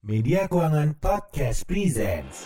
Media Keuangan Podcast Presents.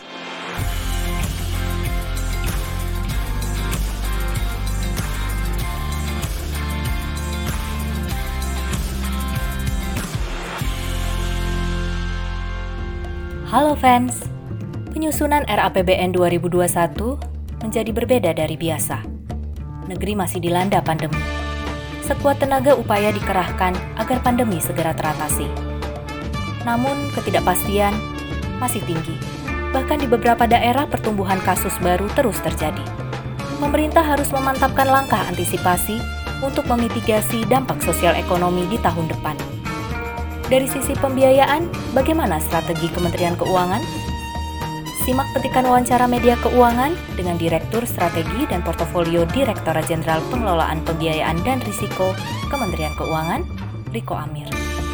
Halo fans, penyusunan RAPBN 2021 menjadi berbeda dari biasa. Negeri masih dilanda pandemi. Sekuat tenaga upaya dikerahkan agar pandemi segera teratasi. Namun ketidakpastian masih tinggi. Bahkan di beberapa daerah pertumbuhan kasus baru terus terjadi. Pemerintah harus memantapkan langkah antisipasi untuk memitigasi dampak sosial ekonomi di tahun depan. Dari sisi pembiayaan, bagaimana strategi Kementerian Keuangan? Simak petikan wawancara media keuangan dengan Direktur Strategi dan Portofolio Direktorat Jenderal Pengelolaan Pembiayaan dan Risiko Kementerian Keuangan, Riko Amir.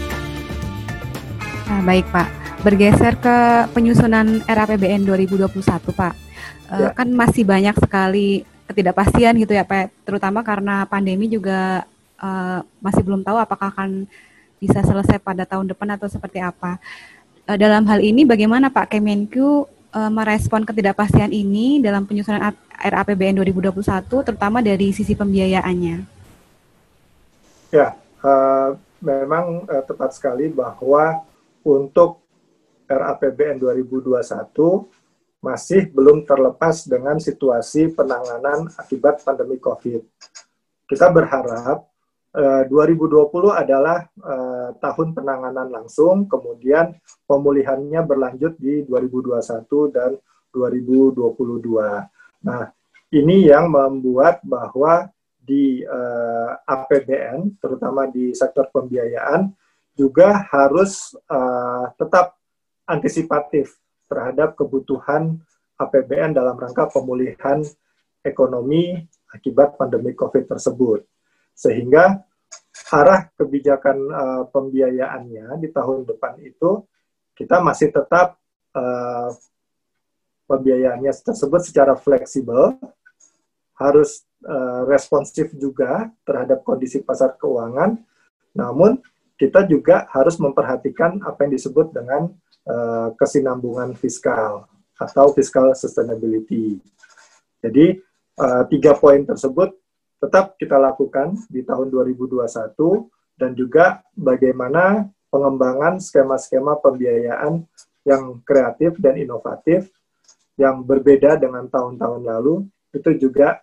Baik Pak, bergeser ke penyusunan RAPBN 2021 Pak. Kan masih banyak sekali ketidakpastian gitu ya Pak, terutama karena pandemi juga masih belum tahu apakah akan bisa selesai pada tahun depan atau seperti apa. Dalam hal ini bagaimana Pak Kemenku merespon ketidakpastian ini dalam penyusunan RAPBN 2021, terutama dari sisi pembiayaannya? Ya, memang tepat sekali bahwa untuk RAPBN 2021 masih belum terlepas dengan situasi penanganan akibat pandemi COVID. Kita berharap 2020 adalah tahun penanganan langsung, kemudian pemulihannya berlanjut di 2021 dan 2022. Nah, ini yang membuat bahwa di APBN, terutama di sektor pembiayaan, juga harus tetap antisipatif terhadap kebutuhan APBN dalam rangka pemulihan ekonomi akibat pandemi COVID tersebut. Sehingga arah kebijakan pembiayaannya di tahun depan itu kita masih tetap pembiayaannya tersebut secara fleksibel, harus responsif juga terhadap kondisi pasar keuangan, namun kita juga harus memperhatikan apa yang disebut dengan kesinambungan fiskal atau fiscal sustainability. Jadi 3 poin tersebut tetap kita lakukan di tahun 2021 dan juga bagaimana pengembangan skema-skema pembiayaan yang kreatif dan inovatif yang berbeda dengan tahun-tahun lalu itu juga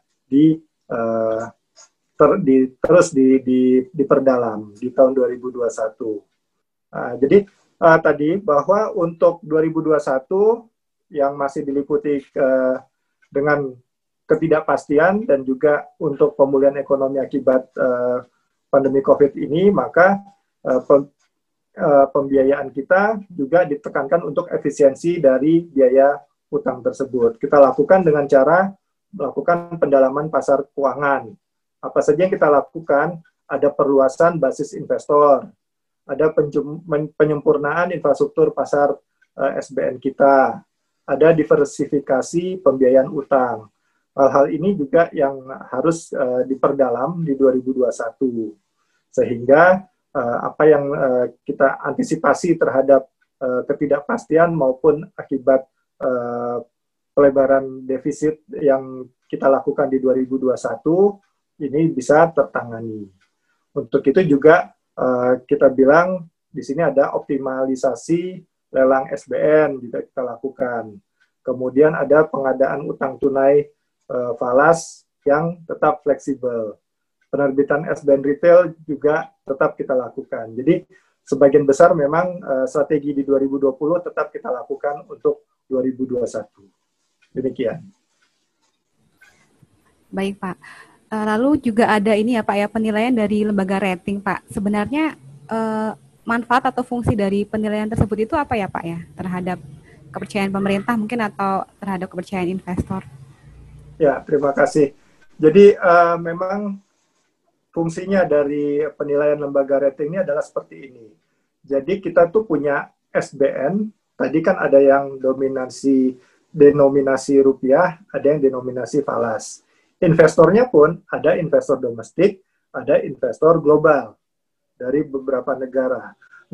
terus diperdalam di tahun 2021. Jadi tadi bahwa untuk 2021 yang masih diliputi dengan ketidakpastian dan juga untuk pemulihan ekonomi akibat pandemi COVID ini, maka pembiayaan kita juga ditekankan untuk efisiensi dari biaya utang tersebut. Kita lakukan dengan cara melakukan pendalaman pasar keuangan. Apa saja yang kita lakukan? Ada perluasan basis investor, ada penyempurnaan infrastruktur pasar SBN kita, ada diversifikasi pembiayaan utang. Hal-hal ini juga yang harus diperdalam di 2021. Sehingga apa yang kita antisipasi terhadap ketidakpastian maupun akibat pelebaran defisit yang kita lakukan di 2021 ini bisa tertangani. Untuk itu juga kita bilang di sini ada optimalisasi lelang SBN juga kita lakukan. Kemudian ada pengadaan utang tunai falas yang tetap fleksibel. Penerbitan SBN retail juga tetap kita lakukan. Jadi sebagian besar memang strategi di 2020 tetap kita lakukan untuk 2021. Demikian. Baik Pak. Lalu juga ada ini ya Pak ya, penilaian dari lembaga rating Pak. Sebenarnya manfaat atau fungsi dari penilaian tersebut itu apa ya Pak ya, terhadap kepercayaan pemerintah mungkin atau terhadap kepercayaan investor? Ya, terima kasih. Jadi memang fungsinya dari penilaian lembaga rating ini adalah seperti ini. Jadi kita tuh punya SBN, tadi kan ada yang denominasi rupiah, ada yang denominasi falas. Investornya pun ada investor domestik, ada investor global dari beberapa negara. Nah,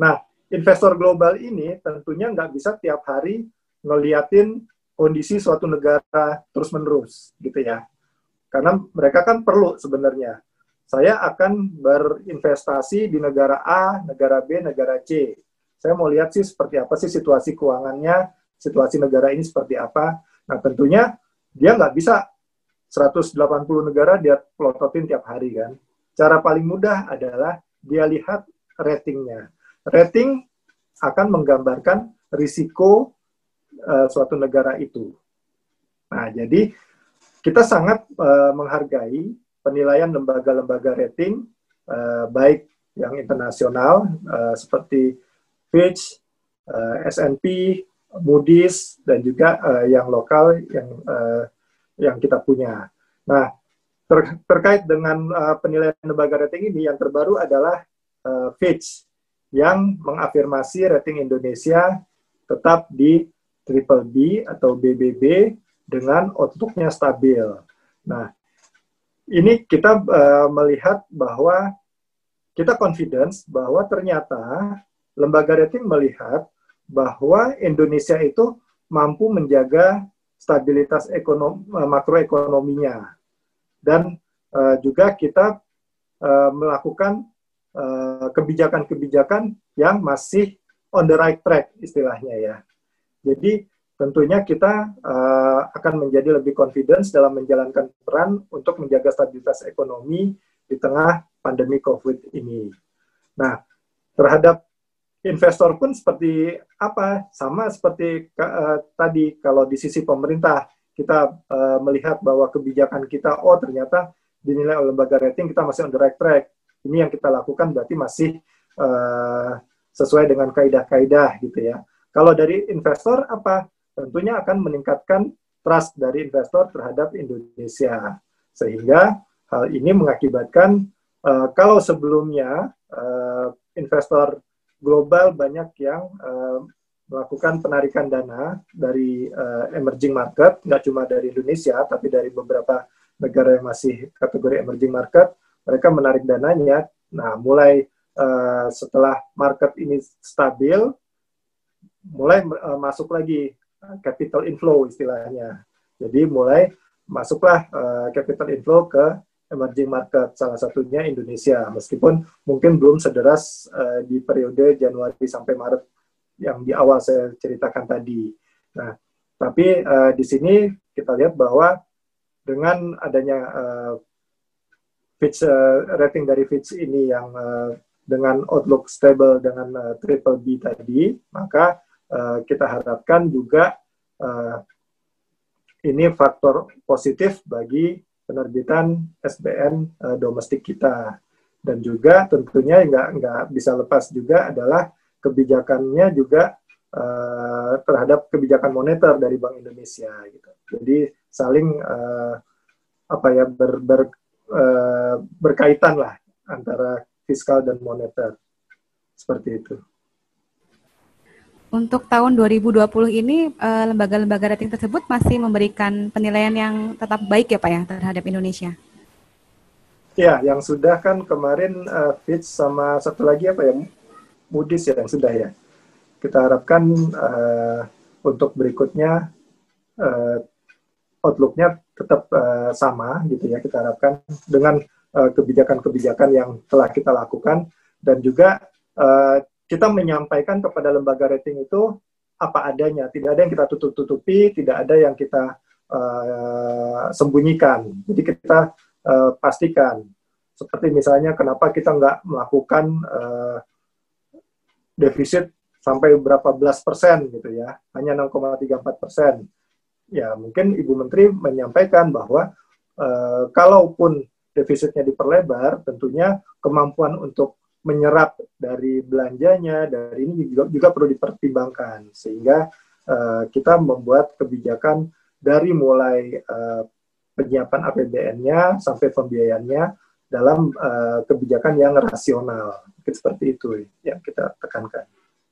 investor global ini tentunya nggak bisa tiap hari ngeliatin kondisi suatu negara terus-menerus gitu ya. Karena mereka kan perlu sebenarnya. Saya akan berinvestasi di negara A, negara B, negara C. Saya mau lihat sih seperti apa sih situasi keuangannya, situasi negara ini seperti apa. Nah tentunya dia nggak bisa 180 negara dia pelototin tiap hari kan. Cara paling mudah adalah dia lihat ratingnya. Rating akan menggambarkan risiko suatu negara itu. Nah, jadi kita sangat menghargai penilaian lembaga-lembaga rating, baik yang internasional seperti Fitch, S&P, Moody's, dan juga yang lokal yang kita punya. Nah, terkait dengan penilaian lembaga rating ini, yang terbaru adalah Fitch yang mengafirmasi rating Indonesia tetap di triple B atau BBB dengan outlook-nya stabil. Nah, ini kita melihat bahwa kita confidence bahwa ternyata lembaga rating melihat bahwa Indonesia itu mampu menjaga stabilitas makroekonominya. Dan juga kita melakukan kebijakan-kebijakan yang masih on the right track istilahnya ya. Jadi tentunya kita akan menjadi lebih confidence dalam menjalankan peran untuk menjaga stabilitas ekonomi di tengah pandemi COVID ini. Nah, terhadap investor pun seperti apa? Sama seperti tadi, kalau di sisi pemerintah, kita melihat bahwa kebijakan kita, oh ternyata dinilai oleh lembaga rating kita masih on the right track. Ini yang kita lakukan berarti masih sesuai dengan kaidah-kaidah gitu ya. Kalau dari investor apa? Tentunya akan meningkatkan trust dari investor terhadap Indonesia. Sehingga hal ini mengakibatkan kalau sebelumnya investor global banyak yang melakukan penarikan dana dari emerging market, nggak cuma dari Indonesia, tapi dari beberapa negara yang masih kategori emerging market, mereka menarik dananya. Nah, mulai setelah market ini stabil, mulai masuk lagi capital inflow istilahnya. Jadi mulai masuklah capital inflow ke emerging market, salah satunya Indonesia. Meskipun mungkin belum sederas di periode Januari sampai Maret yang di awal saya ceritakan tadi. Nah, tapi di sini kita lihat bahwa dengan adanya Fitch, rating dari Fitch ini yang dengan outlook stable dengan triple B tadi, maka kita harapkan juga ini faktor positif bagi penerbitan SBN domestik kita. Dan juga tentunya nggak bisa lepas juga adalah kebijakannya juga terhadap kebijakan moneter dari Bank Indonesia. Gitu. Jadi saling berkaitan lah antara fiskal dan moneter. Seperti itu. Untuk tahun 2020 ini, lembaga-lembaga rating tersebut masih memberikan penilaian yang tetap baik ya Pak ya terhadap Indonesia? Ya, yang sudah kan kemarin Fitch sama satu lagi apa ya, Moody's ya yang sudah ya. Kita harapkan untuk berikutnya outlook-nya tetap sama gitu ya. Kita harapkan dengan kebijakan-kebijakan yang telah kita lakukan dan juga kita menyampaikan kepada lembaga rating itu apa adanya. Tidak ada yang kita tutup-tutupi, tidak ada yang kita sembunyikan. Jadi kita pastikan. Seperti misalnya kenapa kita nggak melakukan defisit sampai berapa belas persen gitu ya, hanya 0,34%. Ya mungkin Ibu Menteri menyampaikan bahwa kalaupun defisitnya diperlebar, tentunya kemampuan untuk menyerap dari belanjanya, dari ini juga perlu dipertimbangkan. Sehingga kita membuat kebijakan dari mulai penyiapan APBN-nya sampai pembiayaannya dalam kebijakan yang rasional. Mungkin seperti itu yang kita tekankan.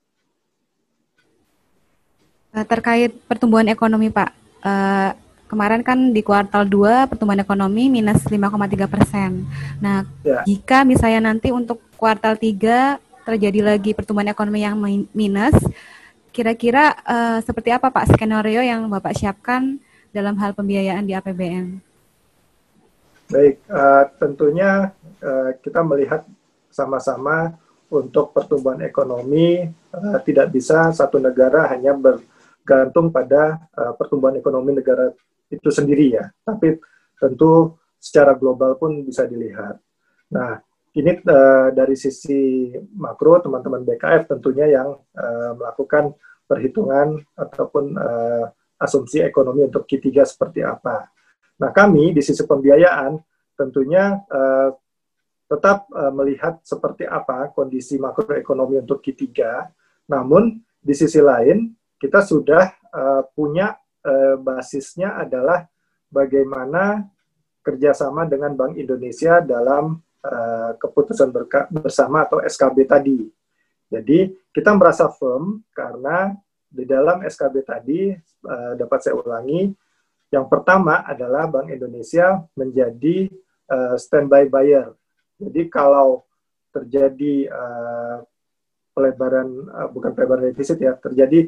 Terkait pertumbuhan ekonomi Pak, kemarin kan di kuartal 2 pertumbuhan ekonomi minus 5,3%. Nah, jika misalnya nanti untuk kuartal 3 terjadi lagi pertumbuhan ekonomi yang minus, kira-kira seperti apa Pak skenario yang Bapak siapkan dalam hal pembiayaan di APBN? Baik, tentunya kita melihat sama-sama untuk pertumbuhan ekonomi tidak bisa satu negara hanya bergantung pada pertumbuhan ekonomi negara itu sendiri ya, tapi tentu secara global pun bisa dilihat. Nah, ini dari sisi makro, teman-teman BKF tentunya yang melakukan perhitungan ataupun asumsi ekonomi untuk Q3 seperti apa. Nah, kami di sisi pembiayaan tentunya tetap melihat seperti apa kondisi makroekonomi untuk Q3, namun di sisi lain kita sudah punya basisnya adalah bagaimana kerjasama dengan Bank Indonesia dalam keputusan bersama atau SKB tadi. Jadi kita merasa firm karena di dalam SKB tadi, dapat saya ulangi, yang pertama adalah Bank Indonesia menjadi standby buyer. Jadi kalau terjadi bukan pelebaran defisit ya, terjadi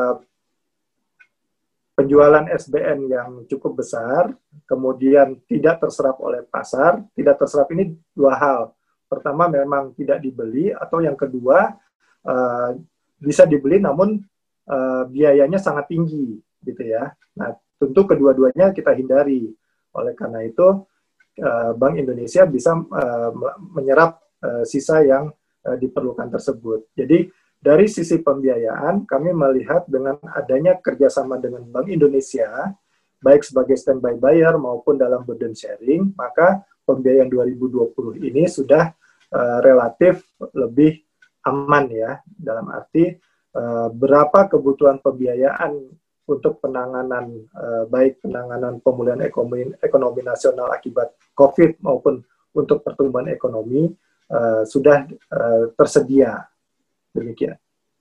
penjualan SBN yang cukup besar, kemudian tidak terserap oleh pasar. Tidak terserap ini dua hal. Pertama memang tidak dibeli, atau yang kedua bisa dibeli namun biayanya sangat tinggi, gitu ya. Nah, tentu kedua-duanya kita hindari. Oleh karena itu, Bank Indonesia bisa menyerap sisa yang diperlukan tersebut. Jadi dari sisi pembiayaan, kami melihat dengan adanya kerjasama dengan Bank Indonesia, baik sebagai standby buyer maupun dalam burden sharing, maka pembiayaan 2020 ini sudah relatif lebih aman ya, dalam arti berapa kebutuhan pembiayaan untuk penanganan, baik penanganan pemulihan ekonomi nasional akibat COVID maupun untuk pertumbuhan ekonomi, sudah tersedia. Demikian.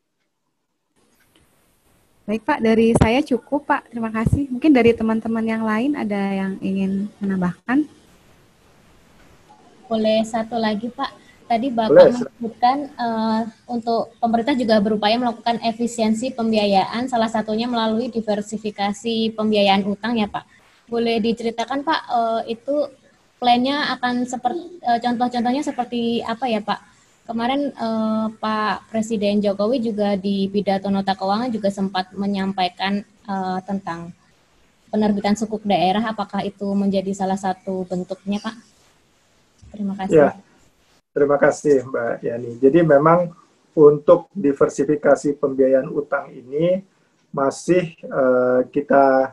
Baik Pak, dari saya cukup Pak, terima kasih. Mungkin dari teman-teman yang lain ada yang ingin menambahkan? Boleh satu lagi Pak. Tadi Bapak menyebutkan untuk pemerintah juga berupaya melakukan efisiensi pembiayaan, salah satunya melalui diversifikasi pembiayaan utang ya Pak. Boleh diceritakan Pak, itu plan-nya akan seperti, contoh-contohnya seperti apa ya Pak? Kemarin Pak Presiden Jokowi juga di pidato nota keuangan juga sempat menyampaikan tentang penerbitan sukuk daerah. Apakah itu menjadi salah satu bentuknya, Pak? Terima kasih. Ya, terima kasih Mbak Yani. Jadi memang untuk diversifikasi pembiayaan utang ini masih kita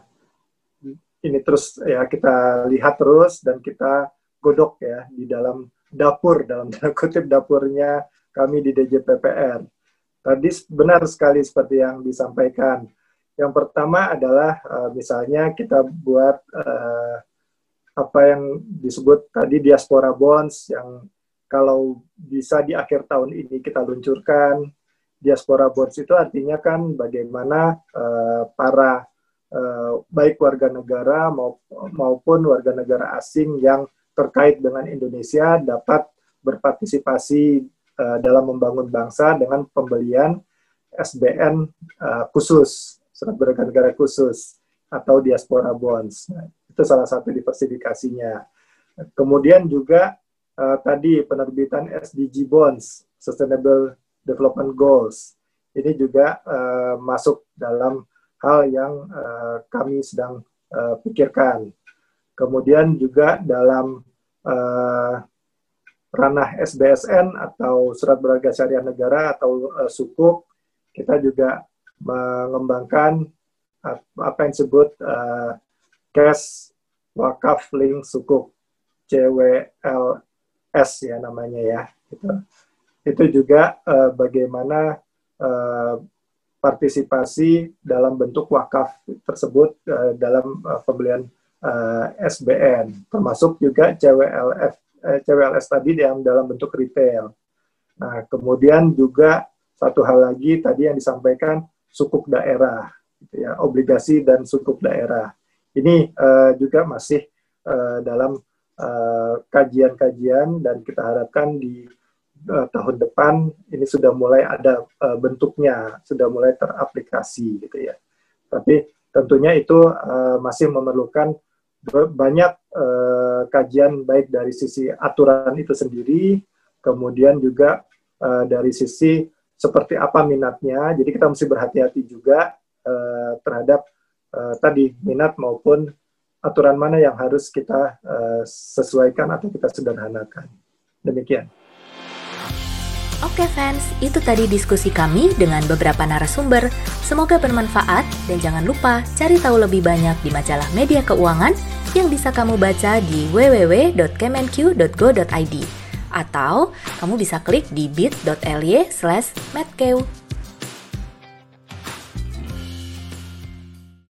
kita lihat terus dan kita godok ya di dalam dapur, dalam tanda kutip dapurnya kami di DJPPR. Tadi benar sekali seperti yang disampaikan. Yang pertama adalah misalnya kita buat apa yang disebut tadi diaspora bonds, yang kalau bisa di akhir tahun ini kita luncurkan. Diaspora bonds itu artinya kan bagaimana para baik warga negara maupun warga negara asing yang terkait dengan Indonesia dapat berpartisipasi dalam membangun bangsa dengan pembelian SBN khusus, surat berharga negara khusus, atau diaspora bonds. Nah, itu salah satu diversifikasinya. Kemudian juga tadi penerbitan SDG bonds, Sustainable Development Goals. Ini juga masuk dalam hal yang kami sedang pikirkan. Kemudian juga dalam ranah SBSN atau surat berharga syariah negara atau sukuk, kita juga mengembangkan apa yang disebut cash wakaf link sukuk, CWLS ya namanya ya. Itu juga bagaimana partisipasi dalam bentuk wakaf tersebut dalam pembelian SBN, termasuk juga CWLS tadi yang dalam bentuk retail. Nah, kemudian juga satu hal lagi tadi yang disampaikan sukuk daerah, gitu ya, obligasi dan sukuk daerah. Ini juga masih dalam kajian-kajian dan kita harapkan di tahun depan ini sudah mulai ada bentuknya, sudah mulai teraplikasi gitu ya. Tapi tentunya itu masih memerlukan banyak kajian baik dari sisi aturan itu sendiri, kemudian juga dari sisi seperti apa minatnya. Jadi kita mesti berhati-hati juga terhadap tadi minat maupun aturan mana yang harus kita sesuaikan atau kita sederhanakan. Demikian. Oke fans, itu tadi diskusi kami dengan beberapa narasumber. Semoga bermanfaat dan jangan lupa cari tahu lebih banyak di majalah Media Keuangan yang bisa kamu baca di www.kemenq.go.id atau kamu bisa klik di bit.ly/medkew.